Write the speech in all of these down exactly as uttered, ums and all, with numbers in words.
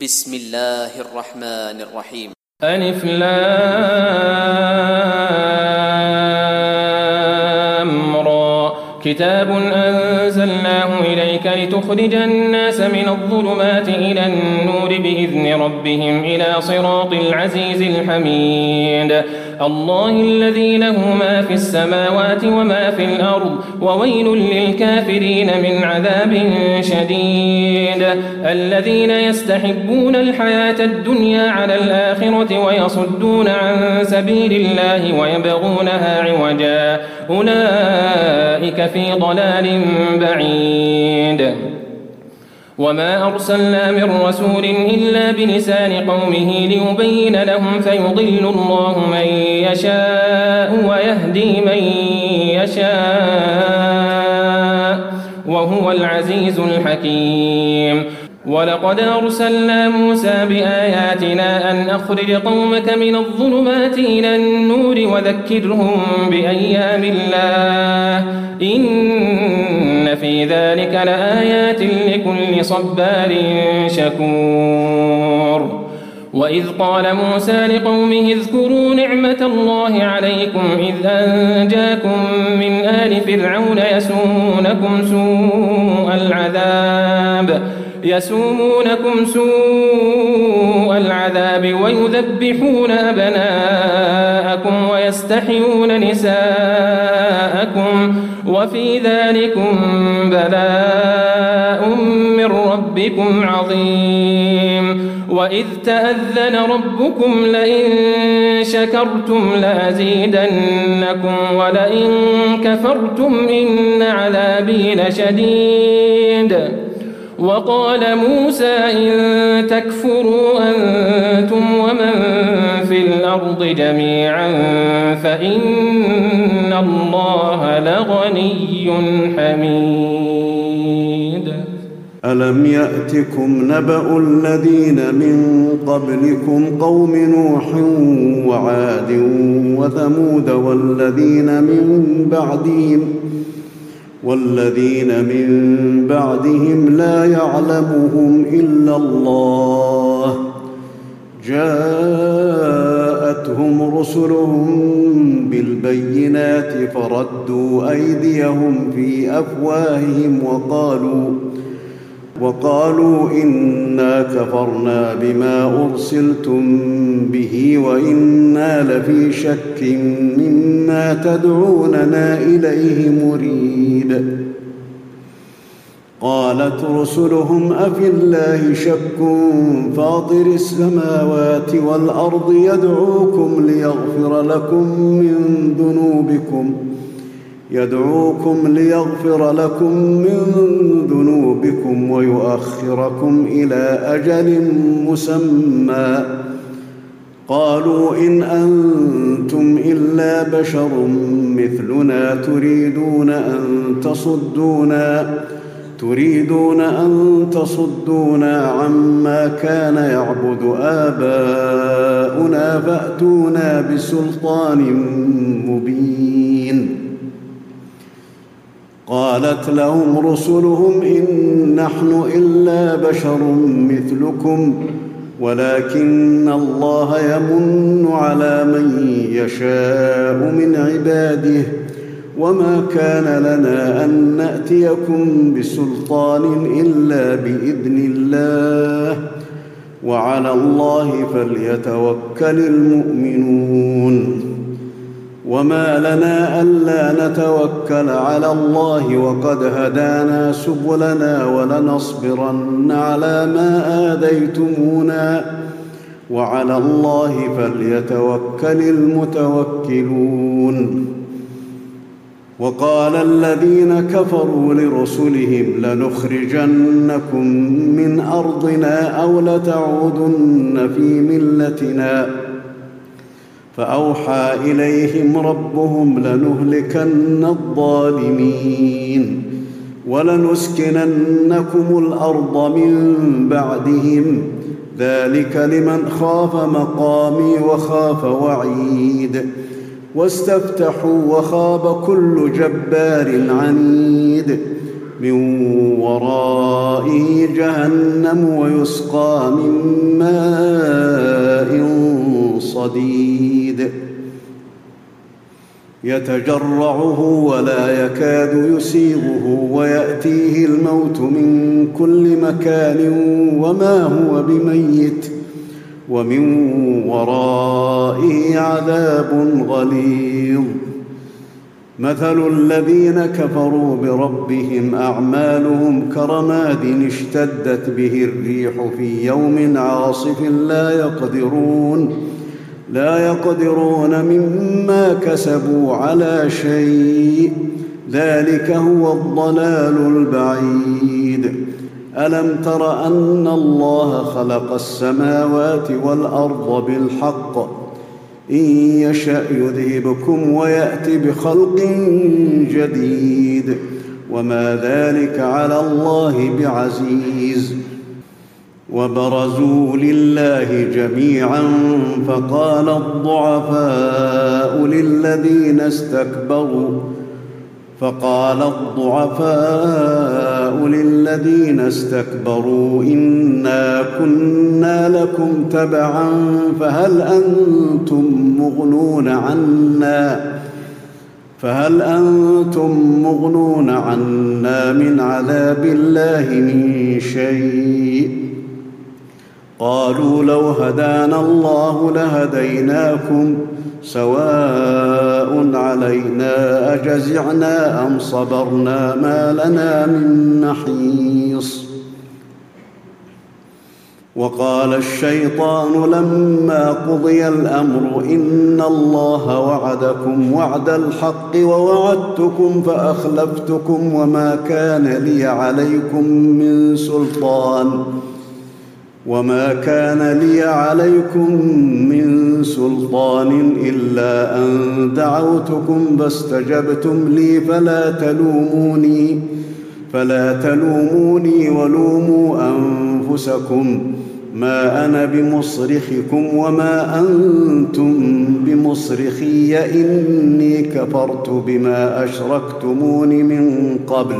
بسم الله الرحمن الرحيم. ألف لام را كتاب أنزلناه إليك لتخرج الناس من الظلمات إلى النور بإذن ربهم إلى صراط العزيز الحميد الله الذي له ما في السماوات وما في الأرض وويل للكافرين من عذاب شديد الذين يستحبون الحياة الدنيا على الآخرة ويصدون عن سبيل الله ويبغونها عوجا أولئك في ضلال بعيد وما أرسلنا من رسول إلا بلسان قومه ليبين لهم فيضل الله من يشاء ويهدي من يشاء وهو العزيز الحكيم ولقد أرسلنا موسى بآياتنا أن أخرج قومك من الظلمات إلى النور وذكرهم بأيام الله إن في ذلك لآيات لكل صبار شكور وإذ قال موسى لقومه اذكروا نعمة الله عليكم إذ أنجاكم من آل فرعون يسومونكم سوء العذاب يسومونكم سوء العذاب ويذبحون أبناءكم ويستحيون نساءكم وفي ذلكم بلاء من ربكم عظيم وإذ تأذن ربكم لئن شكرتم لأزيدنكم ولئن كفرتم إن عذابي لشديد وقال موسى إن تكفروا أنتم ومن في الأرض جميعا فإن الله لغني حميد ألم يأتكم نبأ الذين من قبلكم قوم نوح وعاد وثمود والذين من بعدهم والذين من بعدهم لا يعلمهم إلا الله جاءتهم رسلهم بالبينات فردوا أيديهم في أفواههم وقالوا وقالوا إنا كفرنا بما أرسلتم به وإنا لفي شك مما تدعوننا إليه مريب قالت رسلهم أفي الله شك فاطر السماوات والأرض يدعوكم ليغفر لكم من ذنوبكم يدعوكم ليغفر لكم من ذنوبكم ويؤخركم إلى أجل مسمى قالوا إن أنتم إلا بشر مثلنا تريدون أن تصدونا تريدون أن تصدونا عما كان يعبد آباؤنا فأتونا بسلطان مبين قالت لهم رسلهم إن نحن إلا بشر مثلكم ولكن الله يمن على من يشاء من عباده وما كان لنا أن نأتيكم بسلطان إلا بإذن الله وعلى الله فليتوكل المؤمنون وما لنا ألا نتوكل على الله وقد هدانا سبلنا ولنصبرن على ما آذيتمونا وعلى الله فليتوكل المتوكلون وقال الذين كفروا لرسلهم لنخرجنكم من أرضنا أو لتعودن في ملتنا فأوحى إليهم ربهم لنهلكن الظالمين ولنسكننكم الأرض من بعدهم ذلك لمن خاف مقامي وخاف وعيد واستفتحوا وخاب كل جبار عنيد من ورائه جهنم ويسقى من ماء صديد يتجرعه ولا يكاد يسيغه ويأتيه الموت من كل مكان وما هو بميت ومن ورائه عذاب غليظ مثل الذين كفروا بربهم أعمالهم كرماد اشتدت به الريح في يوم عاصف لا يقدرون لا يقدرون مما كسبوا على شيء ذلك هو الضلال البعيد ألم تر أن الله خلق السماوات والأرض بالحق إن يشأ يذهبكم ويأت بخلق جديد وما ذلك على الله بعزيز وبرزوا لله جميعا فقال الضعفاء للذين استكبروا فقال الضعفاء للذين استكبروا إنا كنا لكم تبعا فهل أنتم مغنون عنا فهل أنتم مغنون عنا من عذاب الله من شيء قالوا لو هدانا الله لهديناكم سواء علينا أجزعنا أم صبرنا ما لنا من محيص وقال الشيطان لما قضي الأمر إن الله وعدكم وعد الحق ووعدتكم فأخلفتكم وما كان لي عليكم من سلطان وما كان لي عليكم من سلطان إلا أن دعوتكم فاستجبتم لي فلا تلوموني فلا تلوموني ولوموا أنفسكم ما أنا بمصرخكم وما أنتم بمصرخي إني كفرت بما أشركتمون من قبل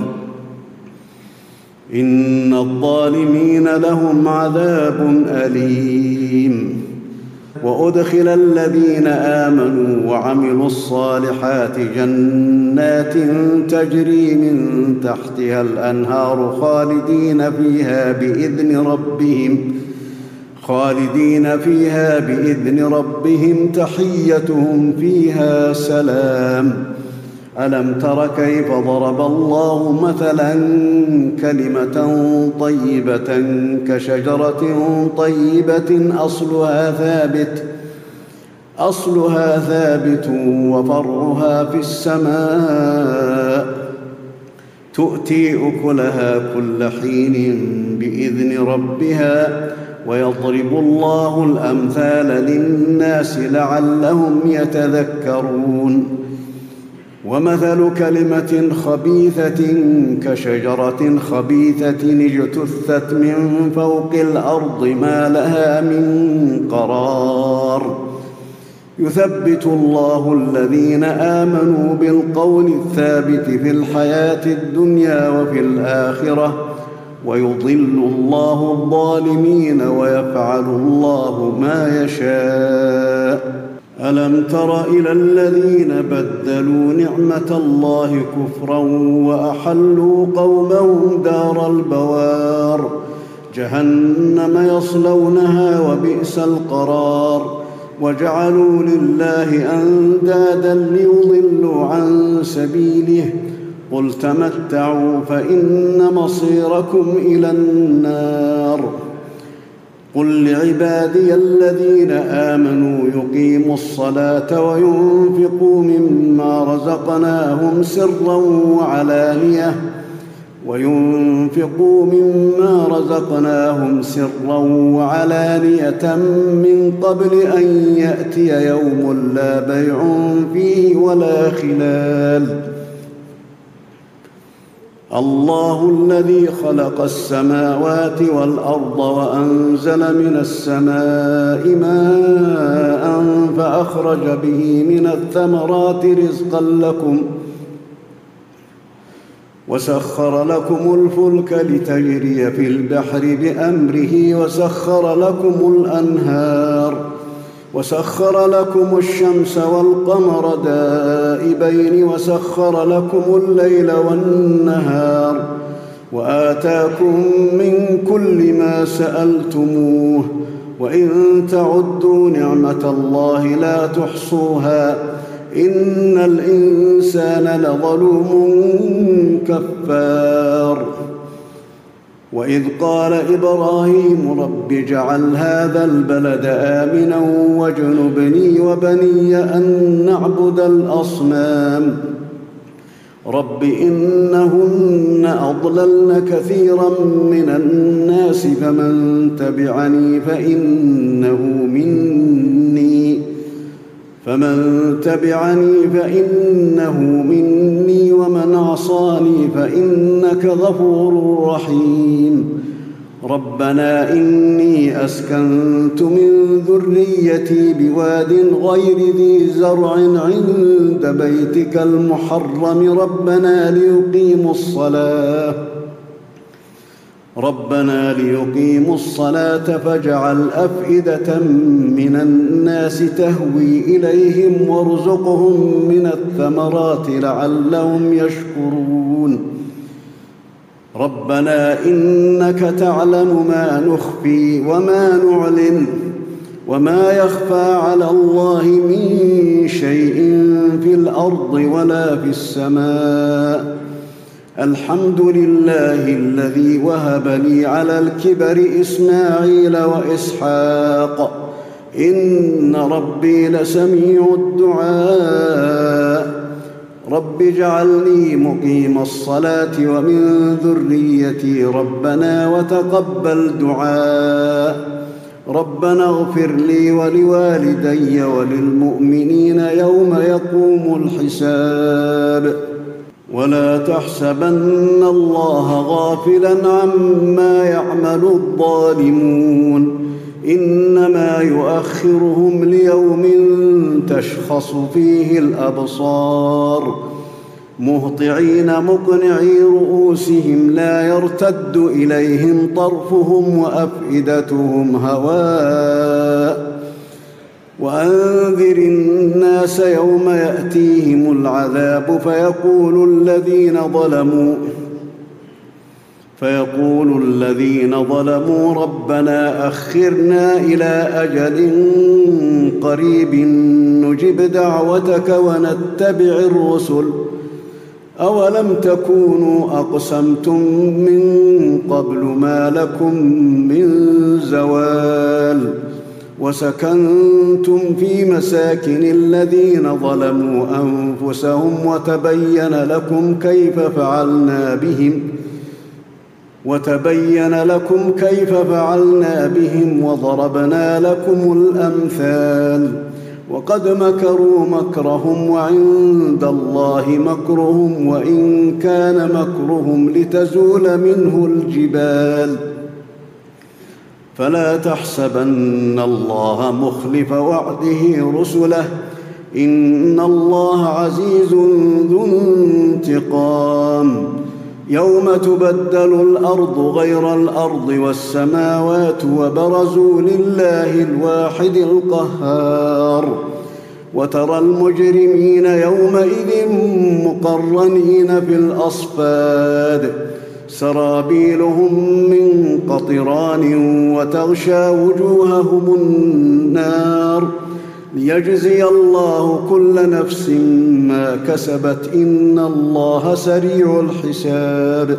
إن الظالمين لهم عذاب أليم وأدخل الذين آمنوا وعملوا الصالحات جنات تجري من تحتها الأنهار خالدين فيها بإذن ربهم خالدين فيها بإذن ربهم تحيتهم فيها سلام ألم تر كيف ضرب الله مثلا كلمة طيبة كشجرة طيبة أصلها ثابت أصلها ثابت وفرعها في السماء تؤتي أكلها كل حين بإذن ربها ويضرب الله الأمثال للناس لعلهم يتذكرون ومثل كلمة خبيثة كشجرة خبيثة اجتثت من فوق الأرض ما لها من قرار يثبت الله الذين آمنوا بالقول الثابت في الحياة الدنيا وفي الآخرة ويضل الله الظالمين ويفعل الله ما يشاء ألم تر إلى الذين بدلوا نعمة الله كفرا وأحلوا قومهم دار البوار جهنم يصلونها وبئس القرار وجعلوا لله أندادا ليضلوا عن سبيله قل تمتعوا فإن مصيركم إلى النار قل لعبادي الذين آمنوا يقيموا الصلاة وينفقوا مما رزقناهم سرا وعلانية وينفقوا مما رزقناهم سرا وعلانية من قبل أن يأتي يوم لا بيع فيه ولا خلال الله الذي خلق السماوات والأرض وأنزل من السماء ماء فأخرج به من الثمرات رزقا لكم وسخر لكم الفلك لتجري في البحر بأمره وسخر لكم الأنهار وسخر لكم الشمس والقمر دائبين وسخر لكم الليل والنهار وآتاكم من كل ما سألتموه وإن تعدوا نعمة الله لا تحصوها إن الإنسان لظلوم كفار. وإذ قال إبراهيم رب اجعل هذا البلد آمنا واجنبني وبني أن نعبد الأصنام رب إنهن أضللن كثيرا من الناس فمن تبعني فإنه مني فمن تبعني فإنه مني ومن عصاني فإنك غفور رحيم. ربنا إني أسكنت من ذريتي بواد غير ذي زرع عند بيتك المحرم ربنا ليقيموا الصلاة ربنا ليقيموا الصلاة فاجعل أفئدة من الناس تهوي إليهم وارزقهم من الثمرات لعلهم يشكرون. ربنا إنك تعلم ما نخفي وما نعلن وما يخفى على الله من شيء في الأرض ولا في السماء. الحمد لله الذي وهب لي على الكبر إسماعيل وإسحاق إن ربي لسميع الدعاء. رب اجعلني مقيم الصلاة ومن ذريتي ربنا وتقبل دعاء. ربنا اغفر لي ولوالدي وللمؤمنين يوم يقوم الحساب. ولا تحسبن الله غافلا عما يعمل الظالمون إنما يؤخرهم ليوم تشخص فيه الأبصار مهطعين مقنعي رؤوسهم لا يرتد إليهم طرفهم وأفئدتهم هواء. وأنذر الناس يوم يأتيهم العذاب فيقول الذين ظلموا فيقول الذين ظلموا ربنا أخرنا إلى أجل قريب نجب دعوتك ونتبع الرسل أولم تكونوا أقسمتم من قبل ما لكم من زوال وسكنتم في مساكن الذين ظلموا أنفسهم وتبين لكم كيف فعلنا بهم وتبين لكم كيف فعلنا بهم وضربنا لكم الأمثال وقد مكروا مكرهم وعند الله مكرهم وإن كان مكرهم لتزول منه الجبال. فلا تحسبن الله مخلف وعده رسله إن الله عزيز ذو انتقام. يوم تبدل الأرض غير الأرض والسماوات وبرزوا لله الواحد القهار وترى المجرمين يومئذ مقرنين في الأصفاد سرابيلهم من قطران وتغشى وجوههم النار ليجزي الله كل نفس ما كسبت إن الله سريع الحساب.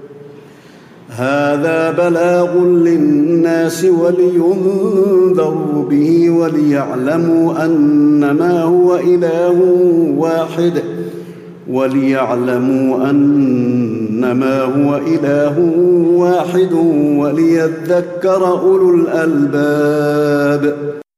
هذا بلاغ للناس ولينذروا به وليعلموا أنما هو إله واحد وليعلموا أنما هو إله واحد وليذكر أولو الألباب.